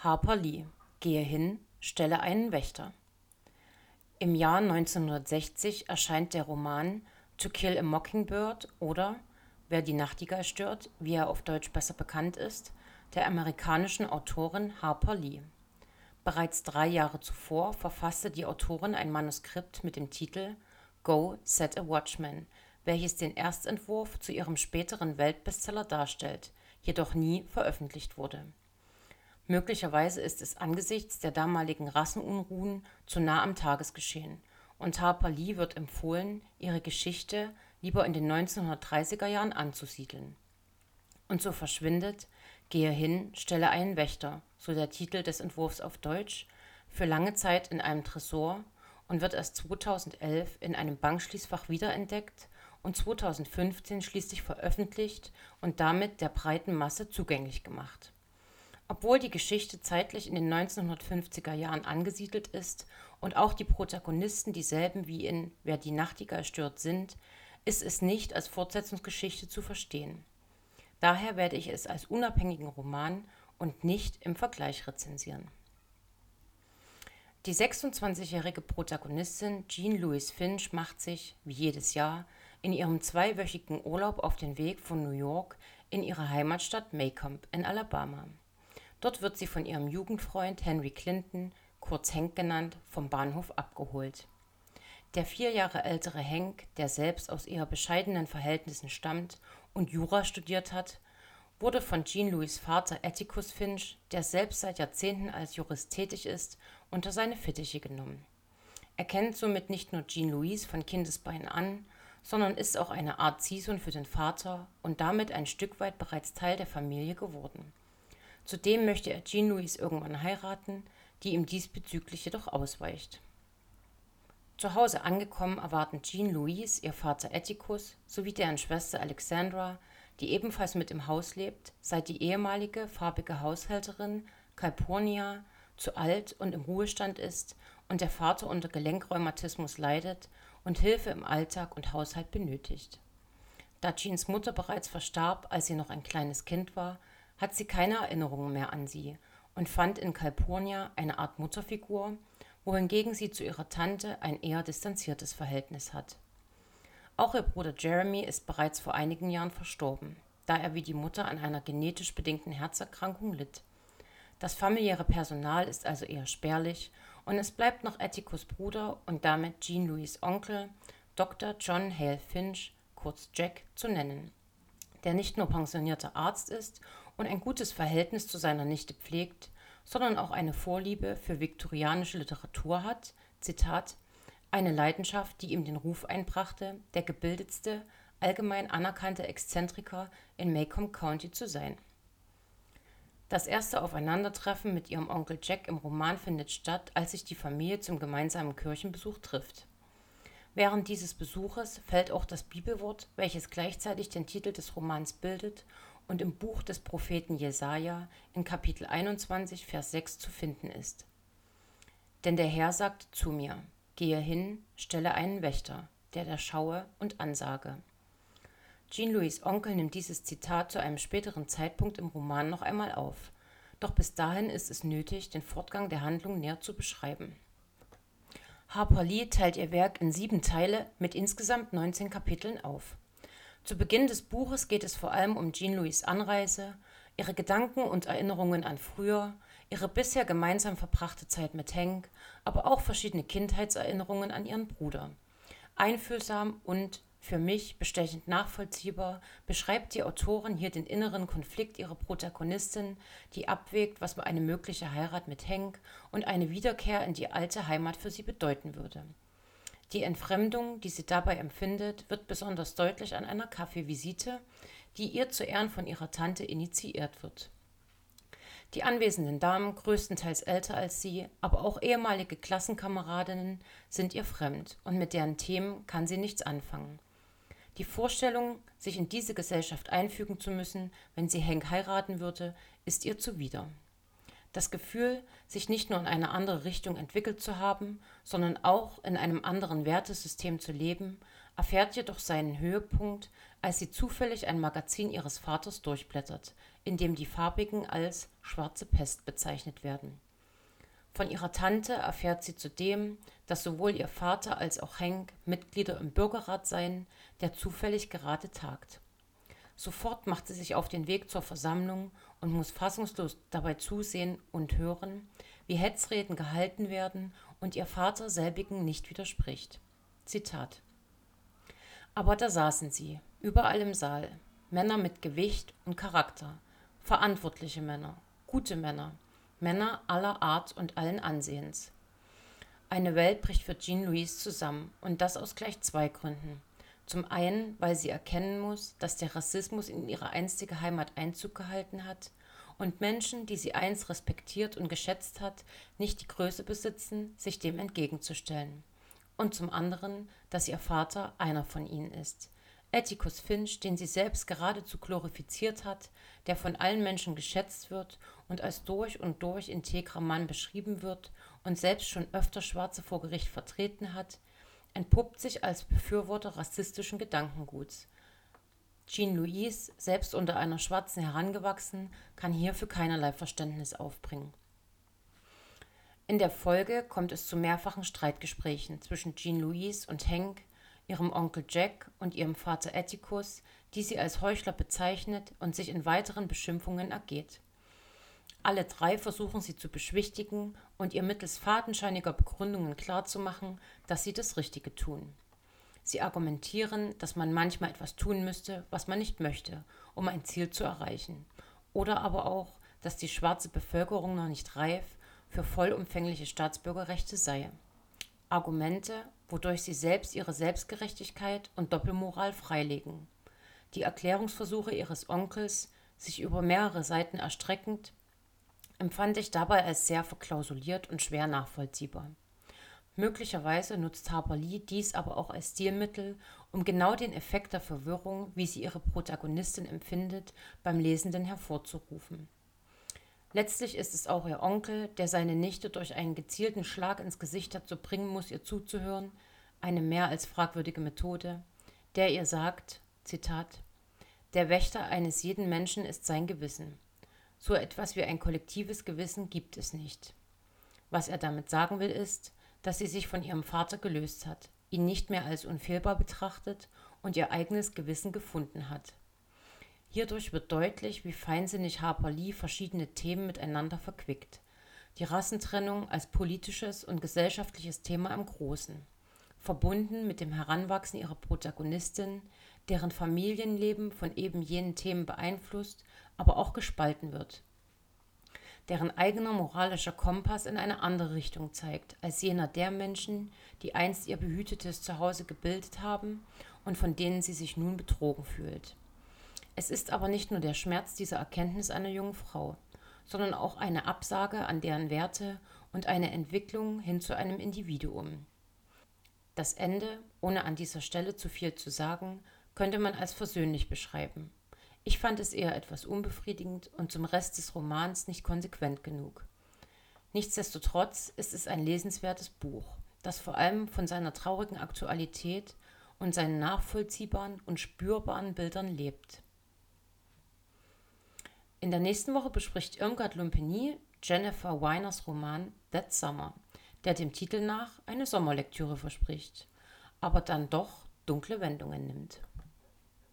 Harper Lee, gehe hin, stelle einen Wächter. Im Jahr 1960 erscheint der Roman To Kill a Mockingbird oder Wer die Nachtigall stört, wie er auf Deutsch besser bekannt ist, der amerikanischen Autorin Harper Lee. Bereits 3 Jahre zuvor verfasste die Autorin ein Manuskript mit dem Titel Go Set a Watchman, welches den Erstentwurf zu ihrem späteren Weltbestseller darstellt, jedoch nie veröffentlicht wurde. Möglicherweise ist es angesichts der damaligen Rassenunruhen zu nah am Tagesgeschehen und Harper Lee wird empfohlen, ihre Geschichte lieber in den 1930er Jahren anzusiedeln. Und so verschwindet Gehe hin, stelle einen Wächter, so der Titel des Entwurfs auf Deutsch, für lange Zeit in einem Tresor und wird erst 2011 in einem Bankschließfach wiederentdeckt und 2015 schließlich veröffentlicht und damit der breiten Masse zugänglich gemacht. Obwohl die Geschichte zeitlich in den 1950er Jahren angesiedelt ist und auch die Protagonisten dieselben wie in Wer die Nachtigall stört sind, ist es nicht als Fortsetzungsgeschichte zu verstehen. Daher werde ich es als unabhängigen Roman und nicht im Vergleich rezensieren. Die 26-jährige Protagonistin Jean Louise Finch macht sich, wie jedes Jahr, in ihrem 2-wöchigen Urlaub auf den Weg von New York in ihre Heimatstadt Macomb in Alabama. Dort wird sie von ihrem Jugendfreund Henry Clinton, kurz Hank genannt, vom Bahnhof abgeholt. Der 4 Jahre ältere Hank, der selbst aus eher bescheidenen Verhältnissen stammt und Jura studiert hat, wurde von Jean Louise' Vater Atticus Finch, der selbst seit Jahrzehnten als Jurist tätig ist, unter seine Fittiche genommen. Er kennt somit nicht nur Jean Louise von Kindesbeinen an, sondern ist auch eine Art Ziehsohn für den Vater und damit ein Stück weit bereits Teil der Familie geworden. Zudem möchte er Jean Louise irgendwann heiraten, die ihm diesbezüglich jedoch ausweicht. Zu Hause angekommen erwarten Jean Louise, ihr Vater Atticus sowie deren Schwester Alexandra, die ebenfalls mit im Haus lebt, seit die ehemalige farbige Haushälterin Calpurnia zu alt und im Ruhestand ist und der Vater unter Gelenkrheumatismus leidet und Hilfe im Alltag und Haushalt benötigt. Da Jeans Mutter bereits verstarb, als sie noch ein kleines Kind war, hat sie keine Erinnerungen mehr an sie und fand in Calpurnia eine Art Mutterfigur, wohingegen sie zu ihrer Tante ein eher distanziertes Verhältnis hat. Auch ihr Bruder Jeremy ist bereits vor einigen Jahren verstorben, da er wie die Mutter an einer genetisch bedingten Herzerkrankung litt. Das familiäre Personal ist also eher spärlich und es bleibt noch Atticus' Bruder und damit Jean Louise' Onkel, Dr. John Hale Finch, kurz Jack, zu nennen, der nicht nur pensionierter Arzt ist und ein gutes Verhältnis zu seiner Nichte pflegt, sondern auch eine Vorliebe für viktorianische Literatur hat, Zitat, eine Leidenschaft, die ihm den Ruf einbrachte, der gebildetste, allgemein anerkannte Exzentriker in Macomb County zu sein. Das erste Aufeinandertreffen mit ihrem Onkel Jack im Roman findet statt, als sich die Familie zum gemeinsamen Kirchenbesuch trifft. Während dieses Besuches fällt auch das Bibelwort, welches gleichzeitig den Titel des Romans bildet und im Buch des Propheten Jesaja in Kapitel 21, Vers 6 zu finden ist. Denn der Herr sagt zu mir, gehe hin, stelle einen Wächter, der schaue und ansage. Jean Louise' Onkel nimmt dieses Zitat zu einem späteren Zeitpunkt im Roman noch einmal auf. Doch bis dahin ist es nötig, den Fortgang der Handlung näher zu beschreiben. Harper Lee teilt ihr Werk in 7 Teile mit insgesamt 19 Kapiteln auf. Zu Beginn des Buches geht es vor allem um Jean Louise' Anreise, ihre Gedanken und Erinnerungen an früher, ihre bisher gemeinsam verbrachte Zeit mit Hank, aber auch verschiedene Kindheitserinnerungen an ihren Bruder. Einfühlsam und, für mich, bestechend nachvollziehbar beschreibt die Autorin hier den inneren Konflikt ihrer Protagonistin, die abwägt, was eine mögliche Heirat mit Hank und eine Wiederkehr in die alte Heimat für sie bedeuten würde. Die Entfremdung, die sie dabei empfindet, wird besonders deutlich an einer Kaffeevisite, die ihr zu Ehren von ihrer Tante initiiert wird. Die anwesenden Damen, größtenteils älter als sie, aber auch ehemalige Klassenkameradinnen, sind ihr fremd und mit deren Themen kann sie nichts anfangen. Die Vorstellung, sich in diese Gesellschaft einfügen zu müssen, wenn sie Hank heiraten würde, ist ihr zuwider. Das Gefühl, sich nicht nur in eine andere Richtung entwickelt zu haben, sondern auch in einem anderen Wertesystem zu leben, erfährt jedoch seinen Höhepunkt, als sie zufällig ein Magazin ihres Vaters durchblättert, in dem die Farbigen als schwarze Pest bezeichnet werden. Von ihrer Tante erfährt sie zudem, dass sowohl ihr Vater als auch Hank Mitglieder im Bürgerrat seien, der zufällig gerade tagt. Sofort macht sie sich auf den Weg zur Versammlung und muss fassungslos dabei zusehen und hören, wie Hetzreden gehalten werden und ihr Vater selbigen nicht widerspricht. Zitat: Aber da saßen sie, überall im Saal, Männer mit Gewicht und Charakter, verantwortliche Männer, gute Männer, Männer aller Art und allen Ansehens. Eine Welt bricht für Jean Louise zusammen, und das aus gleich zwei Gründen. Zum einen, weil sie erkennen muss, dass der Rassismus in ihre einstige Heimat Einzug gehalten hat und Menschen, die sie einst respektiert und geschätzt hat, nicht die Größe besitzen, sich dem entgegenzustellen. Und zum anderen, dass ihr Vater einer von ihnen ist. Atticus Finch, den sie selbst geradezu glorifiziert hat, der von allen Menschen geschätzt wird und als durch und durch integrer Mann beschrieben wird und selbst schon öfter Schwarze vor Gericht vertreten hat, entpuppt sich als Befürworter rassistischen Gedankenguts. Jean Louise, selbst unter einer Schwarzen herangewachsen, kann hierfür keinerlei Verständnis aufbringen. In der Folge kommt es zu mehrfachen Streitgesprächen zwischen Jean Louise und Hank, ihrem Onkel Jack und ihrem Vater Atticus, die sie als Heuchler bezeichnet und sich in weiteren Beschimpfungen ergeht. Alle drei versuchen sie zu beschwichtigen und ihr mittels fadenscheiniger Begründungen klarzumachen, dass sie das Richtige tun. Sie argumentieren, dass man manchmal etwas tun müsste, was man nicht möchte, um ein Ziel zu erreichen. Oder aber auch, dass die schwarze Bevölkerung noch nicht reif für vollumfängliche Staatsbürgerrechte sei. Argumente, wodurch sie selbst ihre Selbstgerechtigkeit und Doppelmoral freilegen. Die Erklärungsversuche ihres Onkels, sich über mehrere Seiten erstreckend, empfand ich dabei als sehr verklausuliert und schwer nachvollziehbar. Möglicherweise nutzt Harper Lee dies aber auch als Stilmittel, um genau den Effekt der Verwirrung, wie sie ihre Protagonistin empfindet, beim Lesenden hervorzurufen. Letztlich ist es auch ihr Onkel, der seine Nichte durch einen gezielten Schlag ins Gesicht dazu bringen muss, ihr zuzuhören, eine mehr als fragwürdige Methode, der ihr sagt, Zitat: Der Wächter eines jeden Menschen ist sein Gewissen. So etwas wie ein kollektives Gewissen gibt es nicht. Was er damit sagen will, ist, dass sie sich von ihrem Vater gelöst hat, ihn nicht mehr als unfehlbar betrachtet und ihr eigenes Gewissen gefunden hat. Hierdurch wird deutlich, wie feinsinnig Harper Lee verschiedene Themen miteinander verquickt. Die Rassentrennung als politisches und gesellschaftliches Thema im Großen, verbunden mit dem Heranwachsen ihrer Protagonistin, deren Familienleben von eben jenen Themen beeinflusst, aber auch gespalten wird, deren eigener moralischer Kompass in eine andere Richtung zeigt, als jener der Menschen, die einst ihr behütetes Zuhause gebildet haben und von denen sie sich nun betrogen fühlt. Es ist aber nicht nur der Schmerz dieser Erkenntnis einer jungen Frau, sondern auch eine Absage an deren Werte und eine Entwicklung hin zu einem Individuum. Das Ende, ohne an dieser Stelle zu viel zu sagen, könnte man als versöhnlich beschreiben. Ich fand es eher etwas unbefriedigend und zum Rest des Romans nicht konsequent genug. Nichtsdestotrotz ist es ein lesenswertes Buch, das vor allem von seiner traurigen Aktualität und seinen nachvollziehbaren und spürbaren Bildern lebt. In der nächsten Woche bespricht Irmgard Lumpeni Jennifer Weiners Roman That Summer, der dem Titel nach eine Sommerlektüre verspricht, aber dann doch dunkle Wendungen nimmt.